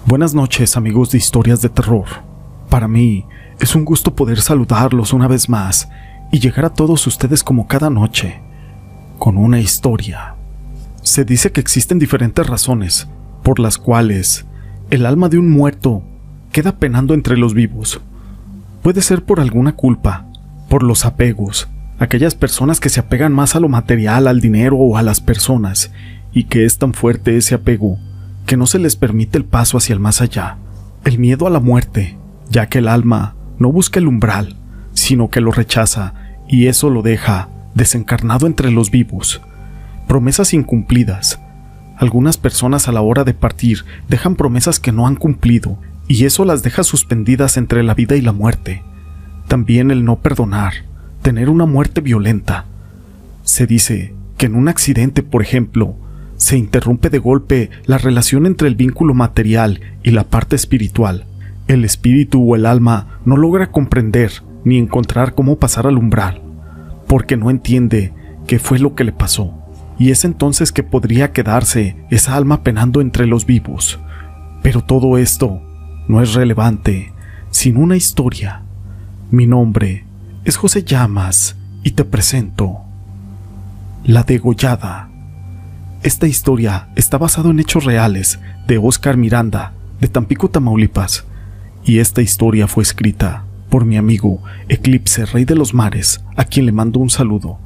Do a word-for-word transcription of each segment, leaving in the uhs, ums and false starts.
Buenas noches, amigos de Historias de Terror. Para mí es un gusto poder saludarlos una vez más y llegar a todos ustedes como cada noche, con una historia. Se dice que existen diferentes razones por las cuales el alma de un muerto queda penando entre los vivos. Puede ser por alguna culpa, por los apegos, aquellas personas que se apegan más a lo material, al dinero o a las personas, y que es tan fuerte ese apego que no se les permite el paso hacia el más allá. El miedo a la muerte, ya que el alma no busca el umbral, sino que lo rechaza, y eso lo deja desencarnado entre los vivos. Promesas incumplidas. Algunas personas a la hora de partir dejan promesas que no han cumplido, y eso las deja suspendidas entre la vida y la muerte. También el no perdonar, tener una muerte violenta. Se dice que en un accidente, por ejemplo, se interrumpe de golpe la relación entre el vínculo material y la parte espiritual. El espíritu o el alma no logra comprender ni encontrar cómo pasar al umbral, porque no entiende qué fue lo que le pasó, y es entonces que podría quedarse esa alma penando entre los vivos. Pero todo esto no es relevante sin una historia. Mi nombre es José Llamas y te presento La Degollada. Esta historia está basada en hechos reales de Oscar Miranda, de Tampico, Tamaulipas, y esta historia fue escrita por mi amigo Eclipse, Rey de los Mares, a quien le mando un saludo.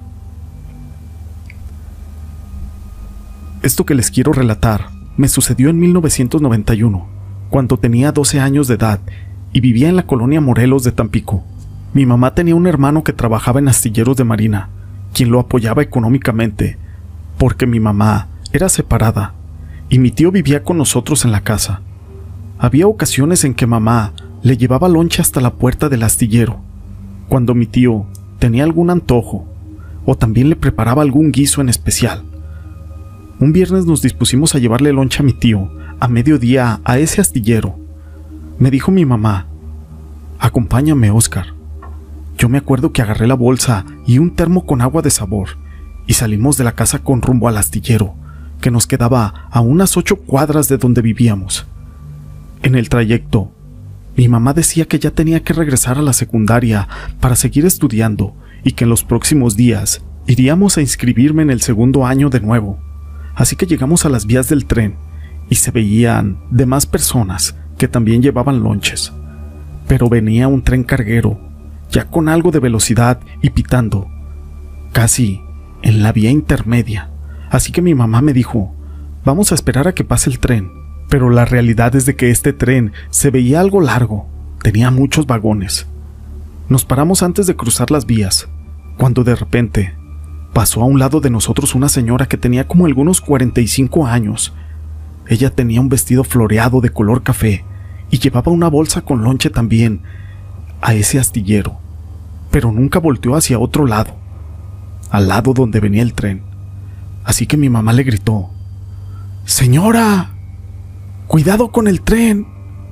Esto que les quiero relatar me sucedió en mil novecientos noventa y uno, cuando tenía doce años de edad y vivía en la colonia Morelos de Tampico. Mi mamá tenía un hermano que trabajaba en astilleros de marina, quien lo apoyaba económicamente, porque mi mamá era separada y mi tío vivía con nosotros en la casa. Había ocasiones en que mamá le llevaba lonche hasta la puerta del astillero, cuando mi tío tenía algún antojo, o también le preparaba algún guiso en especial. Un viernes nos dispusimos a llevarle lonche a mi tío a mediodía a ese astillero. Me dijo mi mamá: «Acompáñame, Oscar». Yo me acuerdo que agarré la bolsa y un termo con agua de sabor, y salimos de la casa con rumbo al astillero, que nos quedaba a unas ocho cuadras de donde vivíamos. En el trayecto, mi mamá decía que ya tenía que regresar a la secundaria para seguir estudiando y que en los próximos días iríamos a inscribirme en el segundo año de nuevo. Así que llegamos a las vías del tren y se veían demás personas que también llevaban lonches. Pero venía un tren carguero, ya con algo de velocidad y pitando, casi en la vía intermedia. Así que mi mamá me dijo: «Vamos a esperar a que pase el tren». Pero la realidad es de que este tren se veía algo largo, tenía muchos vagones. Nos paramos antes de cruzar las vías, cuando de repente pasó a un lado de nosotros una señora que tenía como algunos cuarenta y cinco años. Ella tenía un vestido floreado de color café y llevaba una bolsa con lonche también a ese astillero, pero nunca volteó hacia otro lado, al lado donde venía el tren. Así que mi mamá le gritó: «¡Señora! ¡Cuidado con el tren!».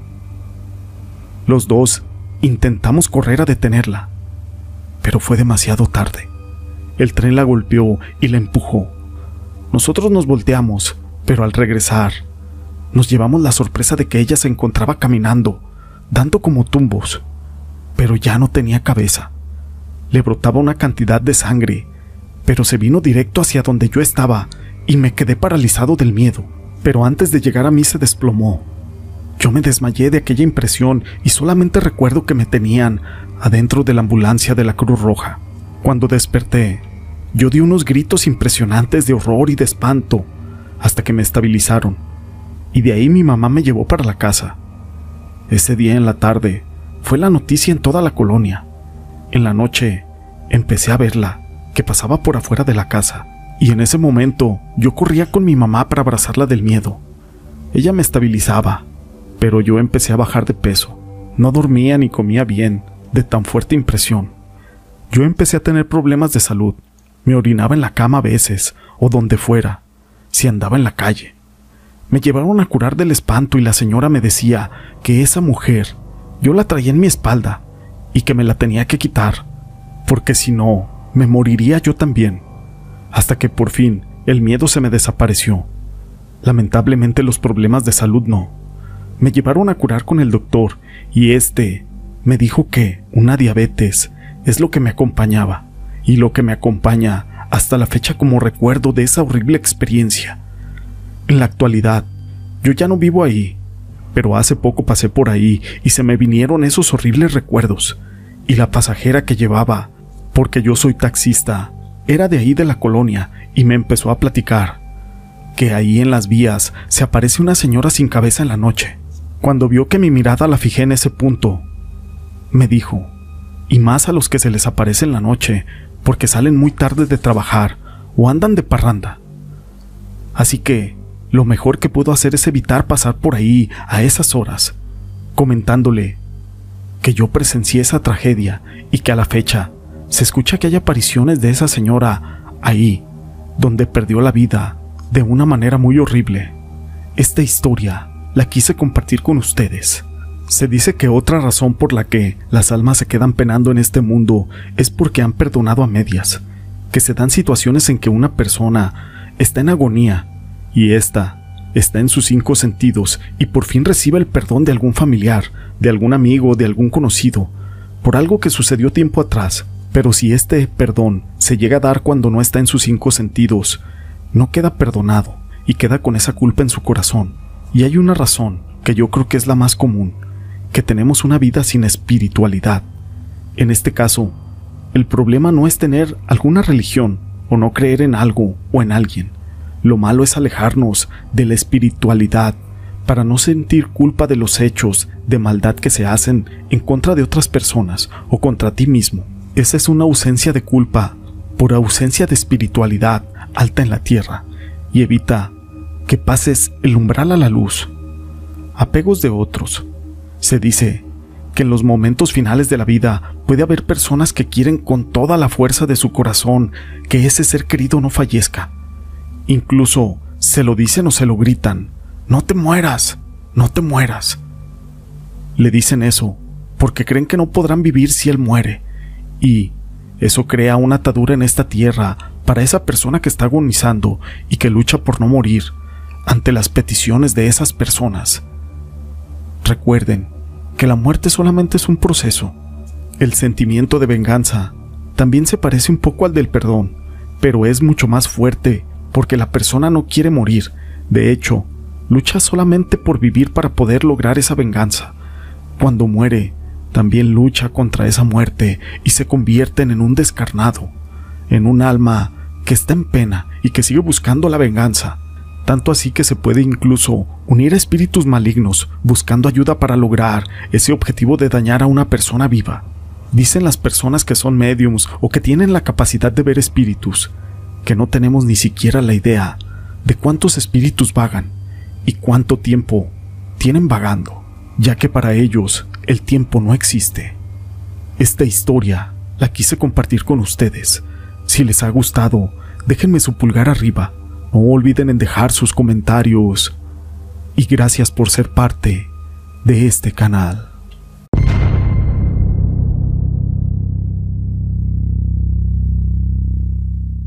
Los dos intentamos correr a detenerla, pero fue demasiado tarde. El tren la golpeó y la empujó. Nosotros nos volteamos, pero al regresar, nos llevamos la sorpresa de que ella se encontraba caminando, dando como tumbos, pero ya no tenía cabeza. Le brotaba una cantidad de sangre, pero se vino directo hacia donde yo estaba y me quedé paralizado del miedo. Pero antes de llegar a mí se desplomó. Yo me desmayé de aquella impresión y solamente recuerdo que me tenían adentro de la ambulancia de la Cruz Roja. Cuando desperté, yo di unos gritos impresionantes de horror y de espanto hasta que me estabilizaron, y de ahí mi mamá me llevó para la casa. Ese día en la tarde fue la noticia en toda la colonia. En la noche empecé a verla, que pasaba por afuera de la casa, y en ese momento yo corría con mi mamá para abrazarla del miedo. Ella me estabilizaba, pero yo empecé a bajar de peso. No dormía ni comía bien de tan fuerte impresión. Yo empecé a tener problemas de salud. Me orinaba en la cama a veces, o donde fuera, si andaba en la calle. Me llevaron a curar del espanto y la señora me decía que esa mujer yo la traía en mi espalda y que me la tenía que quitar, porque si no, me moriría yo también. Hasta que por fin el miedo se me desapareció. Lamentablemente los problemas de salud no. Me llevaron a curar con el doctor y este me dijo que una diabetes es lo que me acompañaba y lo que me acompaña hasta la fecha como recuerdo de esa horrible experiencia. En la actualidad, yo ya no vivo ahí, pero hace poco pasé por ahí y se me vinieron esos horribles recuerdos. Y la pasajera que llevaba, porque yo soy taxista, era de ahí de la colonia y me empezó a platicar que ahí en las vías se aparece una señora sin cabeza en la noche. Cuando vio que mi mirada la fijé en ese punto, me dijo, y más a los que se les aparece en la noche porque salen muy tarde de trabajar o andan de parranda. Así que lo mejor que puedo hacer es evitar pasar por ahí a esas horas, comentándole que yo presencié esa tragedia y que a la fecha se escucha que hay apariciones de esa señora ahí, donde perdió la vida de una manera muy horrible. Esta historia la quise compartir con ustedes. Se dice que otra razón por la que las almas se quedan penando en este mundo es porque han perdonado a medias, que se dan situaciones en que una persona está en agonía y ésta está en sus cinco sentidos y por fin recibe el perdón de algún familiar, de algún amigo, de algún conocido, por algo que sucedió tiempo atrás. Pero si este perdón se llega a dar cuando no está en sus cinco sentidos, no queda perdonado y queda con esa culpa en su corazón. Y hay una razón que yo creo que es la más común, que tenemos una vida sin espiritualidad. En este caso, el problema no es tener alguna religión o no creer en algo o en alguien. Lo malo es alejarnos de la espiritualidad para no sentir culpa de los hechos de maldad que se hacen en contra de otras personas o contra ti mismo. Esa es una ausencia de culpa por ausencia de espiritualidad alta en la tierra y evita que pases el umbral a la luz. Apegos de otros. Se dice que en los momentos finales de la vida puede haber personas que quieren con toda la fuerza de su corazón que ese ser querido no fallezca. Incluso se lo dicen o se lo gritan: no te mueras, no te mueras. Le dicen eso porque creen que no podrán vivir si él muere, y eso crea una atadura en esta tierra para esa persona que está agonizando y que lucha por no morir ante las peticiones de esas personas. Recuerden que la muerte solamente es un proceso. El sentimiento de venganza también se parece un poco al del perdón, pero es mucho más fuerte porque la persona no quiere morir. De hecho, lucha solamente por vivir para poder lograr esa venganza. Cuando muere, también lucha contra esa muerte y se convierten en un descarnado, en un alma que está en pena y que sigue buscando la venganza. Tanto así que se puede incluso unir a espíritus malignos buscando ayuda para lograr ese objetivo de dañar a una persona viva. Dicen las personas que son médiums o que tienen la capacidad de ver espíritus, que no tenemos ni siquiera la idea de cuántos espíritus vagan y cuánto tiempo tienen vagando, ya que para ellos el tiempo no existe. Esta historia la quise compartir con ustedes. Si les ha gustado, déjenme su pulgar arriba. No olviden en dejar sus comentarios. Y gracias por ser parte de este canal.